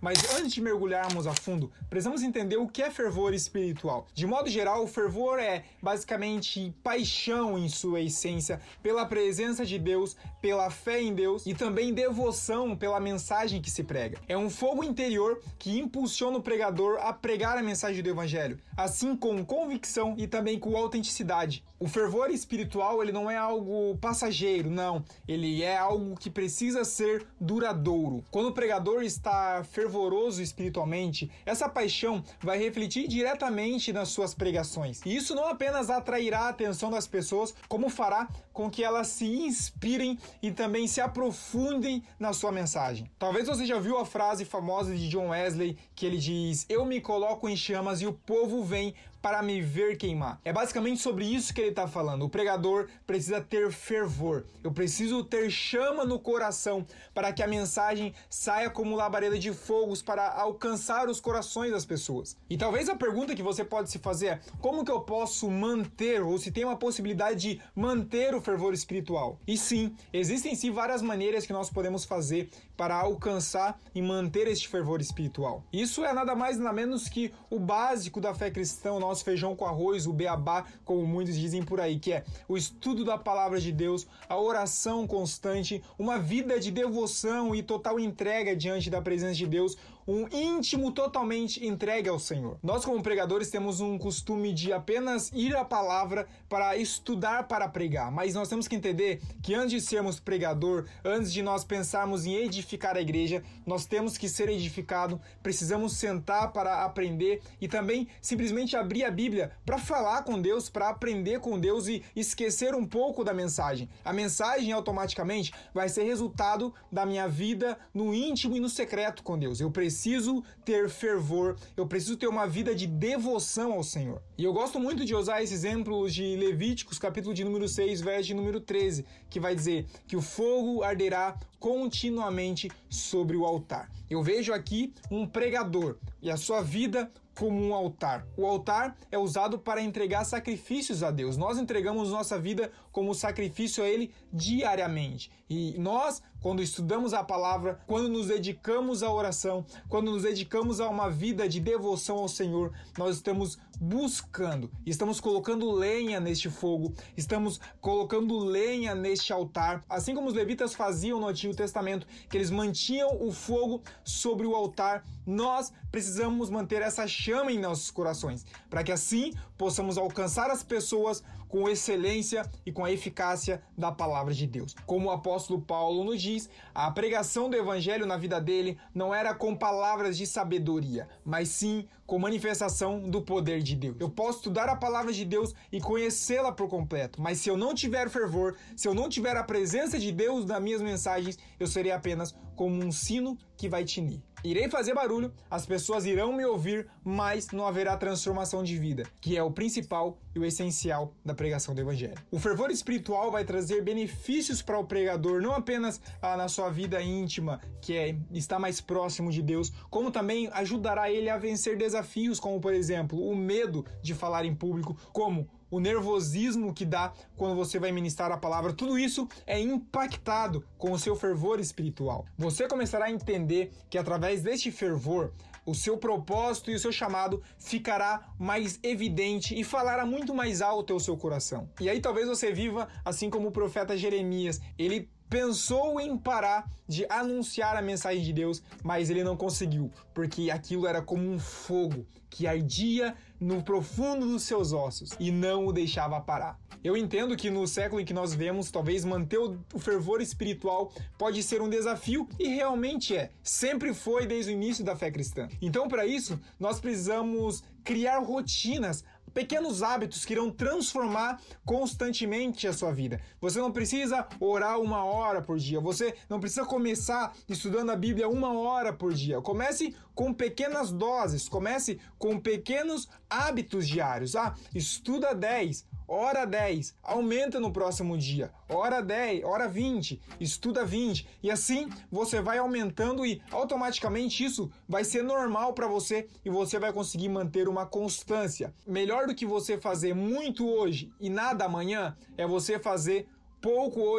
Mas antes de mergulharmos a fundo, precisamos entender o que é fervor espiritual. De modo geral, o fervor é basicamente paixão em sua essência pela presença de Deus, pela fé em Deus e também devoção pela mensagem que se prega. É um fogo interior que impulsiona o pregador a pregar a mensagem do Evangelho, assim com convicção e também com autenticidade. O fervor espiritual, ele não é algo passageiro, não. Ele é algo que precisa ser duradouro. Quando o pregador está fervoroso espiritualmente, essa paixão vai refletir diretamente nas suas pregações. E isso não apenas atrairá a atenção das pessoas, como fará com que elas se inspirem e também se aprofundem na sua mensagem. Talvez você já viu a frase famosa de John Wesley, que ele diz: "Eu me coloco em chamas e o povo vem para me ver queimar". É basicamente sobre isso que ele está falando. O pregador precisa ter fervor. Eu preciso ter chama no coração para que a mensagem saia como labareda de fogos para alcançar os corações das pessoas. E talvez a pergunta que você pode se fazer é: como que eu posso manter, ou se tem uma possibilidade de manter o fervor espiritual? E sim, existem sim várias maneiras que nós podemos fazer para alcançar e manter este fervor espiritual. Isso é nada mais nada menos que o básico da fé cristã, o nosso feijão com arroz, o beabá, como muitos dizem por aí, que é o estudo da palavra de Deus, a oração constante, uma vida de devoção e total entrega diante da presença de Deus, um íntimo totalmente entregue ao Senhor. Nós, como pregadores, temos um costume de apenas ir à palavra para estudar, para pregar, mas nós temos que entender que antes de sermos pregador, antes de nós pensarmos em edificar a igreja, nós temos que ser edificado, precisamos sentar para aprender e também simplesmente abrir a Bíblia para falar com Deus, para aprender com Deus e esquecer um pouco da mensagem. A mensagem automaticamente vai ser resultado da minha vida no íntimo e no secreto com Deus. Eu preciso ter fervor, eu preciso ter uma vida de devoção ao Senhor. E eu gosto muito de usar esse exemplo de Levíticos, capítulo de número 6, verso de número 13, que vai dizer que o fogo arderá continuamente sobre o altar. Eu vejo aqui um pregador e a sua vida como um altar. O altar é usado para entregar sacrifícios a Deus. Nós entregamos nossa vida como sacrifício a Ele diariamente. E nós, quando estudamos a palavra, quando nos dedicamos à oração, quando nos dedicamos a uma vida de devoção ao Senhor, nós estamos buscando, estamos colocando lenha neste fogo, estamos colocando lenha neste altar, assim como os levitas faziam no Antigo Testamento, que eles mantinham o fogo sobre o altar. Nós precisamos manter essa chama em nossos corações, para que assim possamos alcançar as pessoas com excelência e com a eficácia da palavra de Deus. Como o apóstolo Paulo nos diz, a pregação do evangelho na vida dele não era com palavras de sabedoria, mas sim com manifestação do poder de Deus. Eu posso estudar a palavra de Deus e conhecê-la por completo, mas se eu não tiver fervor, se eu não tiver a presença de Deus nas minhas mensagens, eu serei apenas como um sino que vai tinir. Irei fazer barulho, as pessoas irão me ouvir, mas não haverá transformação de vida, que é o principal e o essencial da pregação do evangelho. O fervor espiritual vai trazer benefícios para o pregador, não apenas na sua vida íntima, que é estar mais próximo de Deus, como também ajudará ele a vencer desafios, como por exemplo, o medo de falar em público, como o nervosismo que dá quando você vai ministrar a palavra. Tudo isso é impactado com o seu fervor espiritual. Você começará a entender que através deste fervor, o seu propósito e o seu chamado ficará mais evidente e falará muito mais alto ao seu coração. E aí talvez você viva assim como o profeta Jeremias. Ele pensou em parar de anunciar a mensagem de Deus, mas ele não conseguiu, porque aquilo era como um fogo que ardia no profundo dos seus ossos e não o deixava parar. Eu entendo que no século em que nós vivemos, talvez manter o fervor espiritual pode ser um desafio, e realmente é. Sempre foi desde o início da fé cristã. Então, para isso, nós precisamos criar rotinas, pequenos hábitos que irão transformar constantemente a sua vida. Você não precisa orar 1 hora por dia. Você não precisa começar estudando a Bíblia 1 hora por dia. Comece com pequenas doses. Comece com pequenos hábitos diários. Estuda 10. Ora 10, aumenta no próximo dia, ora 10, ora 20, estuda 20, e assim você vai aumentando e automaticamente isso vai ser normal para você e você vai conseguir manter uma constância. Melhor do que você fazer muito hoje e nada amanhã é você fazer pouco hoje,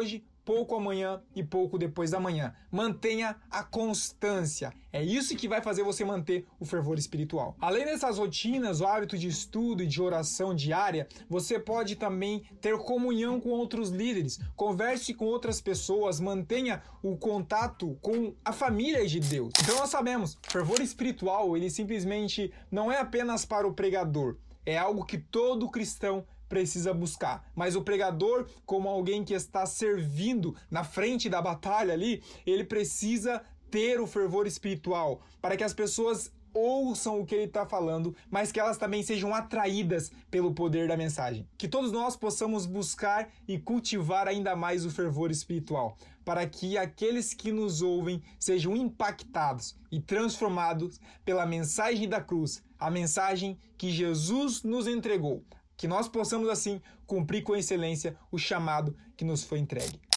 pouco amanhã e pouco depois da manhã. Mantenha a constância. É isso que vai fazer você manter o fervor espiritual. Além dessas rotinas, o hábito de estudo e de oração diária, você pode também ter comunhão com outros líderes. Converse com outras pessoas, mantenha o contato com a família de Deus. Então nós sabemos, fervor espiritual, ele simplesmente não é apenas para o pregador. É algo que todo cristão precisa buscar. Mas o pregador, como alguém que está servindo na frente da batalha ali, ele precisa ter o fervor espiritual para que as pessoas ouçam o que ele está falando, mas que elas também sejam atraídas pelo poder da mensagem. Que todos nós possamos buscar e cultivar ainda mais o fervor espiritual, para que aqueles que nos ouvem sejam impactados e transformados pela mensagem da cruz, a mensagem que Jesus nos entregou. Que nós possamos, assim, cumprir com excelência o chamado que nos foi entregue.